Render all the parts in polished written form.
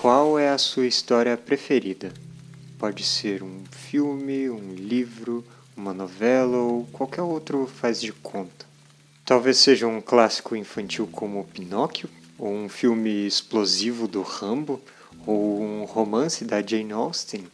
Qual é a sua história preferida? Pode ser um filme, um livro, uma novela ou qualquer outro faz de conta. Talvez seja um clássico infantil como Pinóquio, ou um filme explosivo do Rambo, ou um romance da Jane Austen.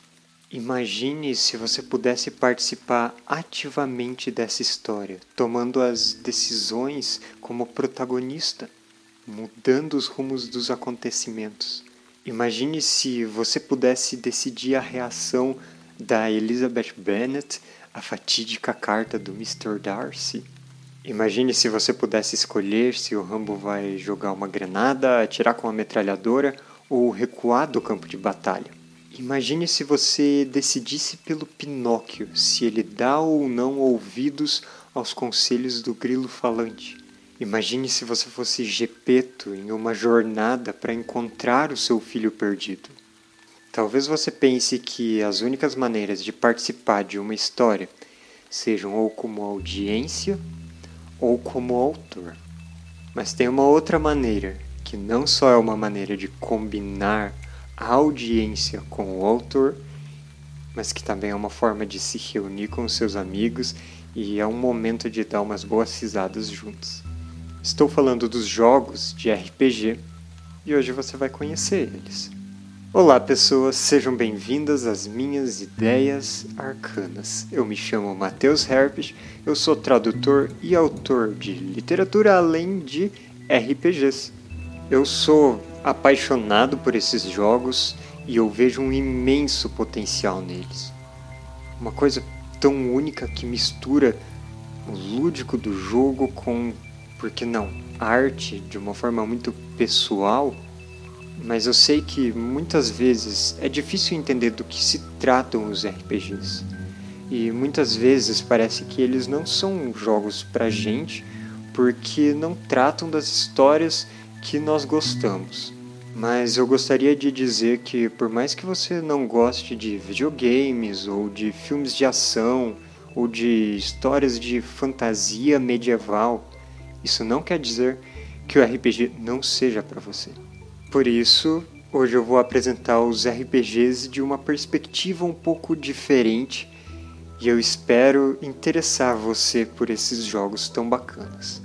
Imagine se você pudesse participar ativamente dessa história, tomando as decisões como protagonista, mudando os rumos dos acontecimentos. Imagine se você pudesse decidir a reação da Elizabeth Bennet à fatídica carta do Mr. Darcy. Imagine se você pudesse escolher se o Rambo vai jogar uma granada, atirar com uma metralhadora ou recuar do campo de batalha. Imagine se você decidisse pelo Pinóquio, se ele dá ou não ouvidos aos conselhos do grilo falante. Imagine se você fosse Gepeto em uma jornada para encontrar o seu filho perdido. Talvez você pense que as únicas maneiras de participar de uma história sejam ou como audiência ou como autor. Mas tem uma outra maneira, que não só é uma maneira de combinar a audiência com o autor, mas que também é uma forma de se reunir com os seus amigos e é um momento de dar umas boas risadas juntos. Estou falando dos jogos de RPG e hoje você vai conhecer eles. Olá pessoas, sejam bem-vindas às minhas ideias arcanas. Eu me chamo Matheus Herpes, eu sou tradutor e autor de literatura além de RPGs. Eu sou apaixonado por esses jogos e eu vejo um imenso potencial neles. Uma coisa tão única que mistura o lúdico do jogo com, por que não, arte de uma forma muito pessoal, mas eu sei que muitas vezes é difícil entender do que se tratam os RPGs. E muitas vezes parece que eles não são jogos pra gente porque não tratam das histórias que nós gostamos. Mas eu gostaria de dizer que por mais que você não goste de videogames ou de filmes de ação ou de histórias de fantasia medieval, isso não quer dizer que o RPG não seja para você. Por isso, hoje eu vou apresentar os RPGs de uma perspectiva um pouco diferente e eu espero interessar você por esses jogos tão bacanas.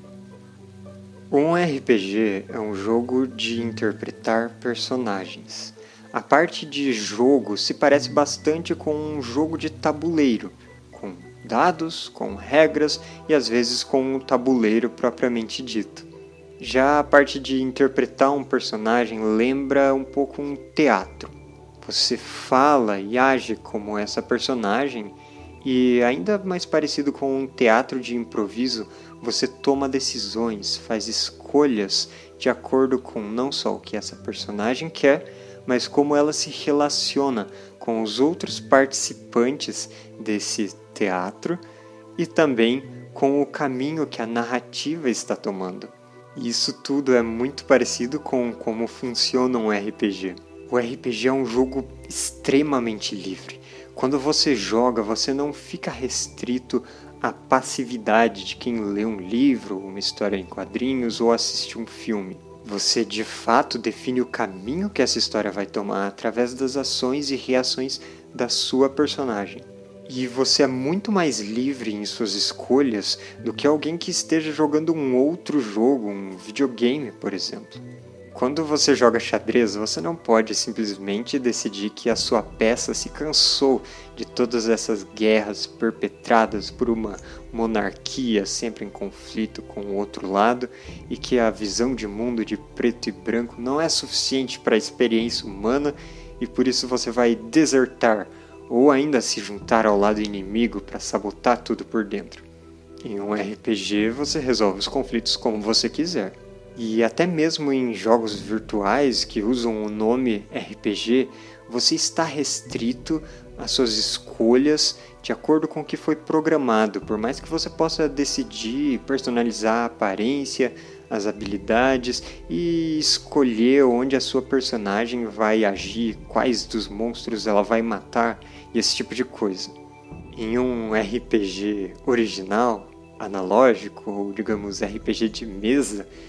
Um RPG é um jogo de interpretar personagens. A parte de jogo se parece bastante com um jogo de tabuleiro, com dados, com regras e às vezes com um tabuleiro propriamente dito. Já a parte de interpretar um personagem lembra um pouco um teatro. Você fala e age como essa personagem e, ainda mais parecido com um teatro de improviso, você toma decisões, faz escolhas de acordo com não só o que essa personagem quer, mas como ela se relaciona com os outros participantes desse teatro e também com o caminho que a narrativa está tomando. Isso tudo é muito parecido com como funciona um RPG. O RPG é um jogo extremamente livre. Quando você joga, você não fica restrito à passividade de quem lê um livro, uma história em quadrinhos ou assiste um filme. Você de fato define o caminho que essa história vai tomar através das ações e reações da sua personagem. E você é muito mais livre em suas escolhas do que alguém que esteja jogando um outro jogo, um videogame, por exemplo. Quando você joga xadrez, você não pode simplesmente decidir que a sua peça se cansou de todas essas guerras perpetradas por uma monarquia sempre em conflito com o outro lado e que a visão de mundo de preto e branco não é suficiente para a experiência humana e por isso você vai desertar ou ainda se juntar ao lado inimigo para sabotar tudo por dentro. Em um RPG você resolve os conflitos como você quiser. E até mesmo em jogos virtuais que usam o nome RPG, você está restrito às suas escolhas de acordo com o que foi programado, por mais que você possa decidir personalizar a aparência, as habilidades e escolher onde a sua personagem vai agir, quais dos monstros ela vai matar e esse tipo de coisa. Em um RPG original, analógico ou digamos RPG de mesa,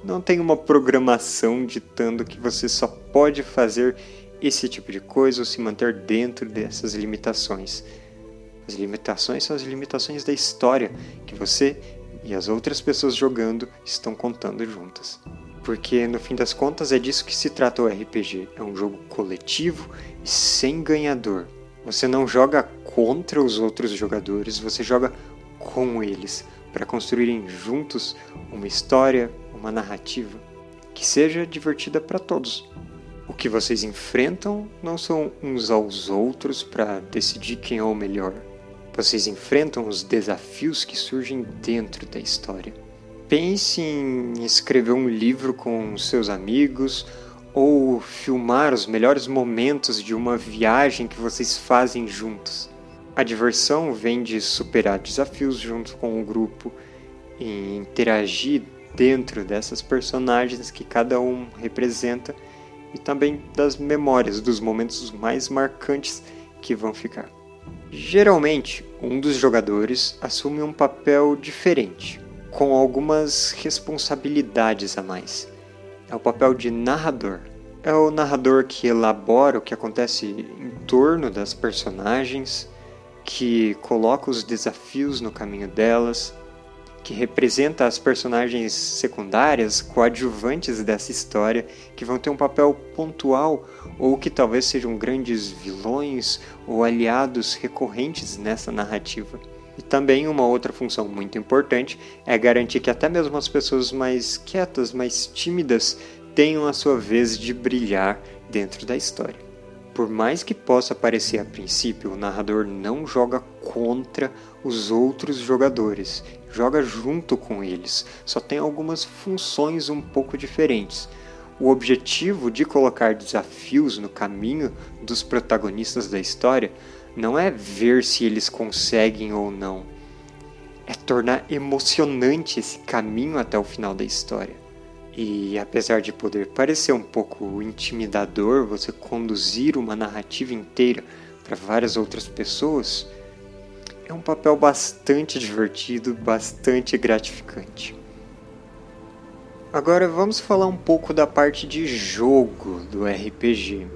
Não tem uma programação ditando que você só pode fazer esse tipo de coisa ou se manter dentro dessas limitações. As limitações são as limitações da história que você e as outras pessoas jogando estão contando juntas. Porque, no fim das contas, é disso que se trata o RPG. É um jogo coletivo e sem ganhador. Você não joga contra os outros jogadores, você joga com eles, para construírem juntos uma história, uma narrativa, que seja divertida para todos. O que vocês enfrentam não são uns aos outros para decidir quem é o melhor. Vocês enfrentam os desafios que surgem dentro da história. Pense em escrever um livro com seus amigos ou filmar os melhores momentos de uma viagem que vocês fazem juntos. A diversão vem de superar desafios junto com o grupo e interagir dentro dessas personagens que cada um representa e também das memórias, dos momentos mais marcantes que vão ficar. Geralmente, um dos jogadores assume um papel diferente, com algumas responsabilidades a mais. É o papel de narrador. É o narrador que elabora o que acontece em torno das personagens, que coloca os desafios no caminho delas, que representa as personagens secundárias, coadjuvantes dessa história, que vão ter um papel pontual ou que talvez sejam grandes vilões ou aliados recorrentes nessa narrativa. E também uma outra função muito importante é garantir que até mesmo as pessoas mais quietas, mais tímidas, tenham a sua vez de brilhar dentro da história. Por mais que possa parecer a princípio, o narrador não joga contra os outros jogadores, joga junto com eles, só tem algumas funções um pouco diferentes. O objetivo de colocar desafios no caminho dos protagonistas da história não é ver se eles conseguem ou não, é tornar emocionante esse caminho até o final da história. E apesar de poder parecer um pouco intimidador você conduzir uma narrativa inteira para várias outras pessoas, é um papel bastante divertido, bastante gratificante. Agora vamos falar um pouco da parte de jogo do RPG.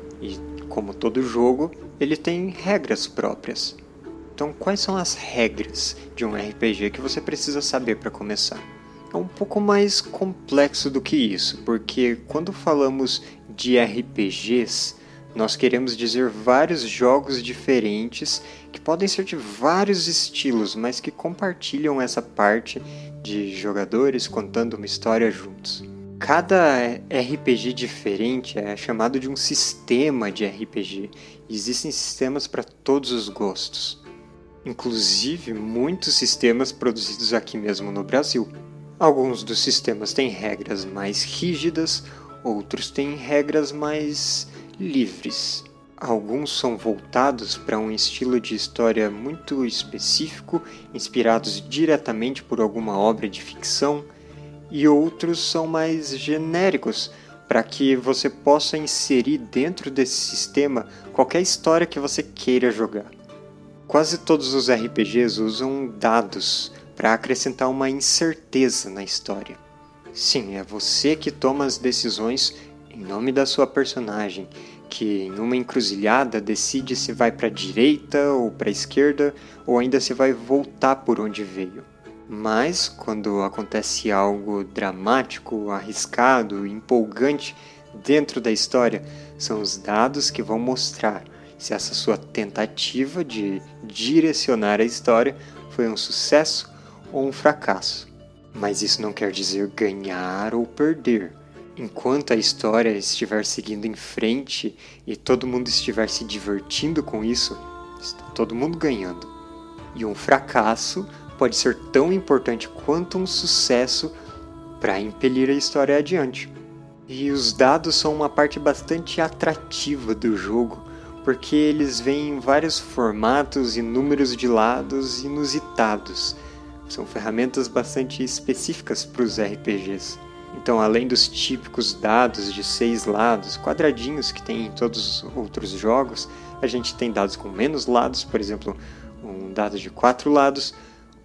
E como todo jogo, ele tem regras próprias. Então, quais são as regras de um RPG que você precisa saber para começar? É um pouco mais complexo do que isso, porque quando falamos de RPGs, nós queremos dizer vários jogos diferentes que podem ser de vários estilos, mas que compartilham essa parte de jogadores contando uma história juntos. Cada RPG diferente é chamado de um sistema de RPG. Existem sistemas para todos os gostos. Inclusive, muitos sistemas produzidos aqui mesmo no Brasil. Alguns dos sistemas têm regras mais rígidas, outros têm regras mais livres. Alguns são voltados para um estilo de história muito específico, inspirados diretamente por alguma obra de ficção, e outros são mais genéricos, para que você possa inserir dentro desse sistema qualquer história que você queira jogar. Quase todos os RPGs usam dados para acrescentar uma incerteza na história. Sim, é você que toma as decisões em nome da sua personagem, que em uma encruzilhada decide se vai para a direita ou para a esquerda, ou ainda se vai voltar por onde veio. Mas, quando acontece algo dramático, arriscado, empolgante dentro da história, são os dados que vão mostrar se essa sua tentativa de direcionar a história foi um sucesso ou um fracasso. Mas isso não quer dizer ganhar ou perder. Enquanto a história estiver seguindo em frente e todo mundo estiver se divertindo com isso, está todo mundo ganhando. E um fracasso pode ser tão importante quanto um sucesso para impelir a história adiante. E os dados são uma parte bastante atrativa do jogo, porque eles vêm em vários formatos e números de lados inusitados. São ferramentas bastante específicas para os RPGs. Então, além dos típicos dados de 6 lados, quadradinhos que tem em todos os outros jogos, a gente tem dados com menos lados, por exemplo, um dado de 4 lados,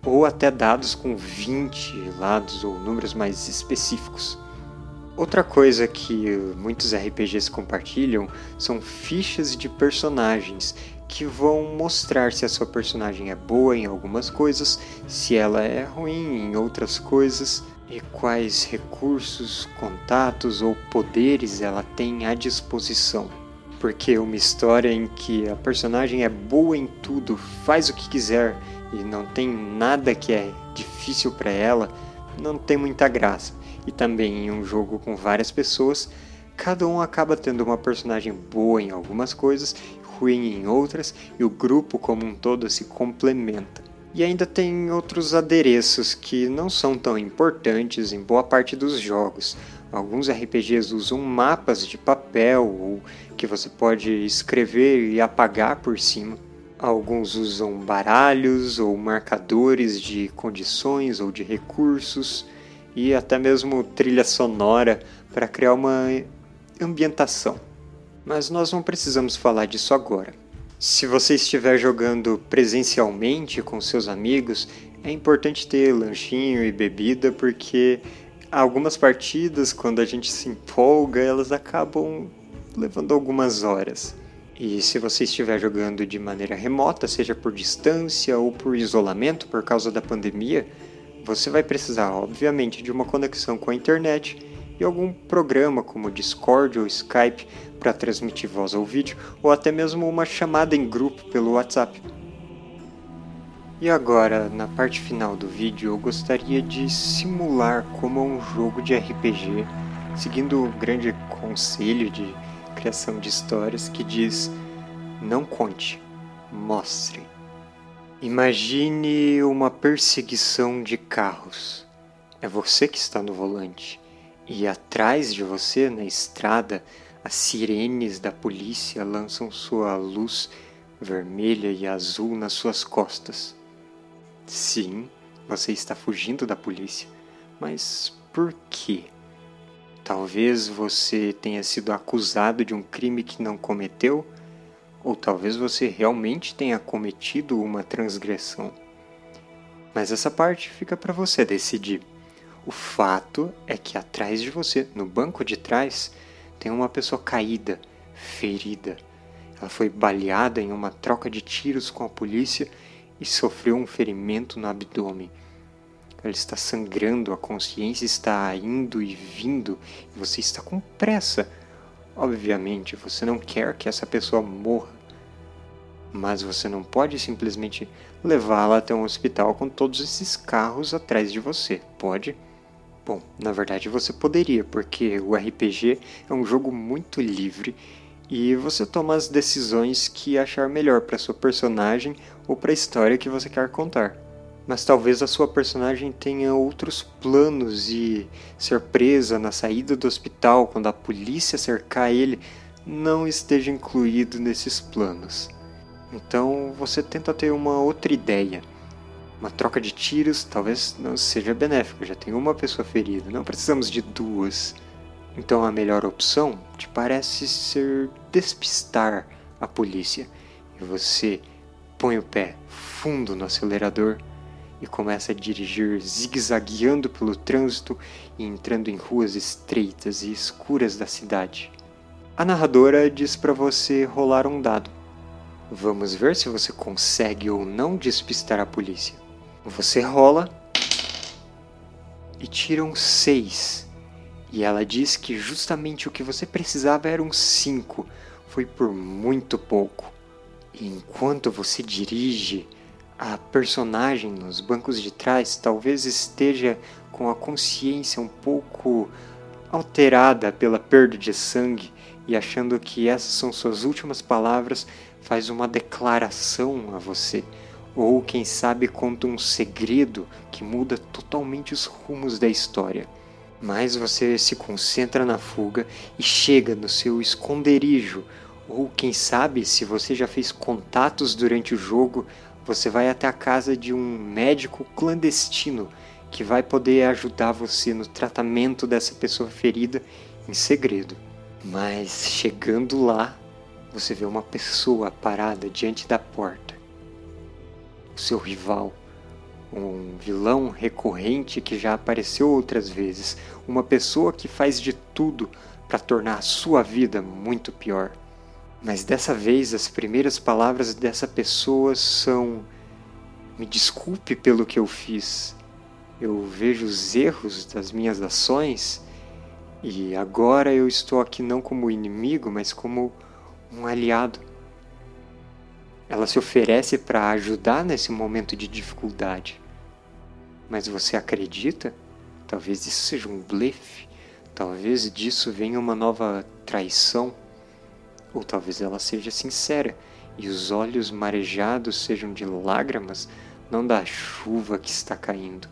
ou até dados com 20 lados ou números mais específicos. Outra coisa que muitos RPGs compartilham são fichas de personagens que vão mostrar se a sua personagem é boa em algumas coisas, se ela é ruim em outras coisas e quais recursos, contatos ou poderes ela tem à disposição. Porque uma história em que a personagem é boa em tudo, faz o que quiser e não tem nada que é difícil para ela, não tem muita graça. E também em um jogo com várias pessoas, cada um acaba tendo uma personagem boa em algumas coisas, ruim em outras, e o grupo como um todo se complementa. E ainda tem outros adereços que não são tão importantes em boa parte dos jogos. Alguns RPGs usam mapas de papel ou que você pode escrever e apagar por cima. Alguns usam baralhos ou marcadores de condições ou de recursos e até mesmo trilha sonora para criar uma ambientação. Mas nós não precisamos falar disso agora. Se você estiver jogando presencialmente com seus amigos, é importante ter lanchinho e bebida, porque algumas partidas, quando a gente se empolga, elas acabam levando algumas horas. E se você estiver jogando de maneira remota, seja por distância ou por isolamento por causa da pandemia, você vai precisar, obviamente, de uma conexão com a internet e algum programa como Discord ou Skype para transmitir voz ou vídeo, ou até mesmo uma chamada em grupo pelo WhatsApp. E agora, na parte final do vídeo, eu gostaria de simular como é um jogo de RPG, seguindo o grande conselho de criação de histórias que diz: não conte, mostre. Imagine uma perseguição de carros. É você que está no volante. E atrás de você, na estrada, as sirenes da polícia lançam sua luz vermelha e azul nas suas costas. Sim, você está fugindo da polícia. Mas por quê? Talvez você tenha sido acusado de um crime que não cometeu? Ou talvez você realmente tenha cometido uma transgressão. Mas essa parte fica para você decidir. O fato é que atrás de você, no banco de trás, tem uma pessoa caída, ferida. Ela foi baleada em uma troca de tiros com a polícia e sofreu um ferimento no abdômen. Ela está sangrando, a consciência está indo e vindo e você está com pressa. Obviamente, você não quer que essa pessoa morra, mas você não pode simplesmente levá-la até um hospital com todos esses carros atrás de você, pode? Bom, na verdade você poderia, porque o RPG é um jogo muito livre e você toma as decisões que achar melhor para sua personagem ou para a história que você quer contar. Mas talvez a sua personagem tenha outros planos e ser presa na saída do hospital quando a polícia cercar ele não esteja incluído nesses planos. Então você tenta ter uma outra ideia. Uma troca de tiros talvez não seja benéfica, já tem uma pessoa ferida, não precisamos de duas. Então a melhor opção te parece ser despistar a polícia. E você põe o pé fundo no acelerador e começa a dirigir zigue-zagueando pelo trânsito e entrando em ruas estreitas e escuras da cidade. A narradora diz para você rolar um dado. Vamos ver se você consegue ou não despistar a polícia. Você rola e tira um 6. E ela diz que justamente o que você precisava era um 5. Foi por muito pouco. E enquanto você dirige, a personagem nos bancos de trás talvez esteja com a consciência um pouco alterada pela perda de sangue e achando que essas são suas últimas palavras, faz uma declaração a você. Ou quem sabe conta um segredo que muda totalmente os rumos da história. Mas você se concentra na fuga e chega no seu esconderijo. Ou quem sabe, se você já fez contatos durante o jogo, você vai até a casa de um médico clandestino que vai poder ajudar você no tratamento dessa pessoa ferida em segredo. Mas chegando lá, você vê uma pessoa parada diante da porta. O seu rival, um vilão recorrente que já apareceu outras vezes, uma pessoa que faz de tudo para tornar a sua vida muito pior. Mas dessa vez as primeiras palavras dessa pessoa são: me desculpe pelo que eu fiz. Eu vejo os erros das minhas ações e agora eu estou aqui não como inimigo, mas como um aliado. Ela se oferece para ajudar nesse momento de dificuldade. Mas você acredita? Talvez isso seja um blefe. Talvez disso venha uma nova traição. Ou talvez ela seja sincera e os olhos marejados sejam de lágrimas, não da chuva que está caindo.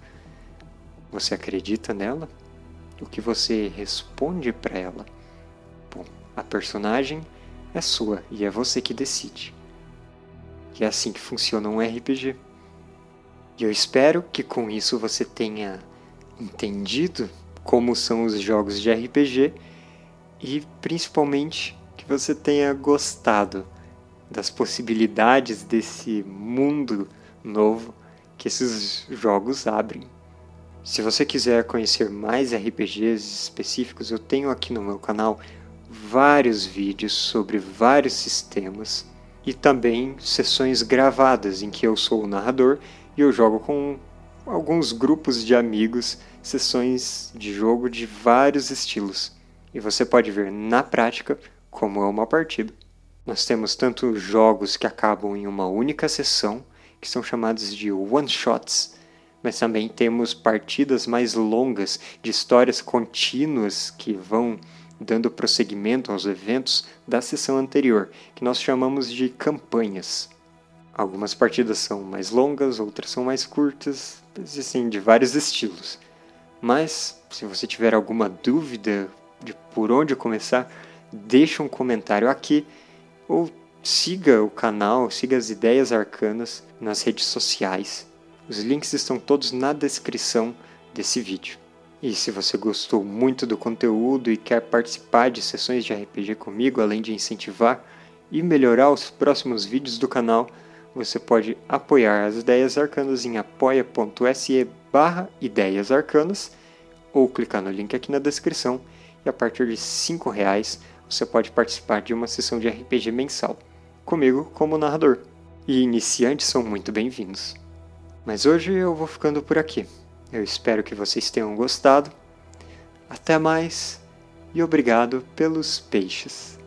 Você acredita nela? O que você responde para ela? Bom, a personagem é sua e é você que decide. E é assim que funciona um RPG. E eu espero que com isso você tenha entendido como são os jogos de RPG e principalmente que você tenha gostado das possibilidades desse mundo novo que esses jogos abrem. Se você quiser conhecer mais RPGs específicos, eu tenho aqui no meu canal vários vídeos sobre vários sistemas e também sessões gravadas em que eu sou o narrador e eu jogo com alguns grupos de amigos, sessões de jogo de vários estilos. E você pode ver na prática como é uma partida. Nós temos tanto jogos que acabam em uma única sessão, que são chamados de one-shots, mas também temos partidas mais longas, de histórias contínuas que vão dando prosseguimento aos eventos da sessão anterior, que nós chamamos de campanhas. Algumas partidas são mais longas, outras são mais curtas, existem de vários estilos. Mas, se você tiver alguma dúvida de por onde começar, deixa um comentário aqui ou siga o canal, siga as Ideias Arcanas nas redes sociais. Os links estão todos na descrição desse vídeo. E se você gostou muito do conteúdo e quer participar de sessões de RPG comigo, além de incentivar e melhorar os próximos vídeos do canal, você pode apoiar as Ideias Arcanas em apoia.se/ideiasarcanas ou clicar no link aqui na descrição e a partir de R$5 você pode participar de uma sessão de RPG mensal, comigo como narrador. E iniciantes são muito bem-vindos. Mas hoje eu vou ficando por aqui. Eu espero que vocês tenham gostado. Até mais e obrigado pelos peixes.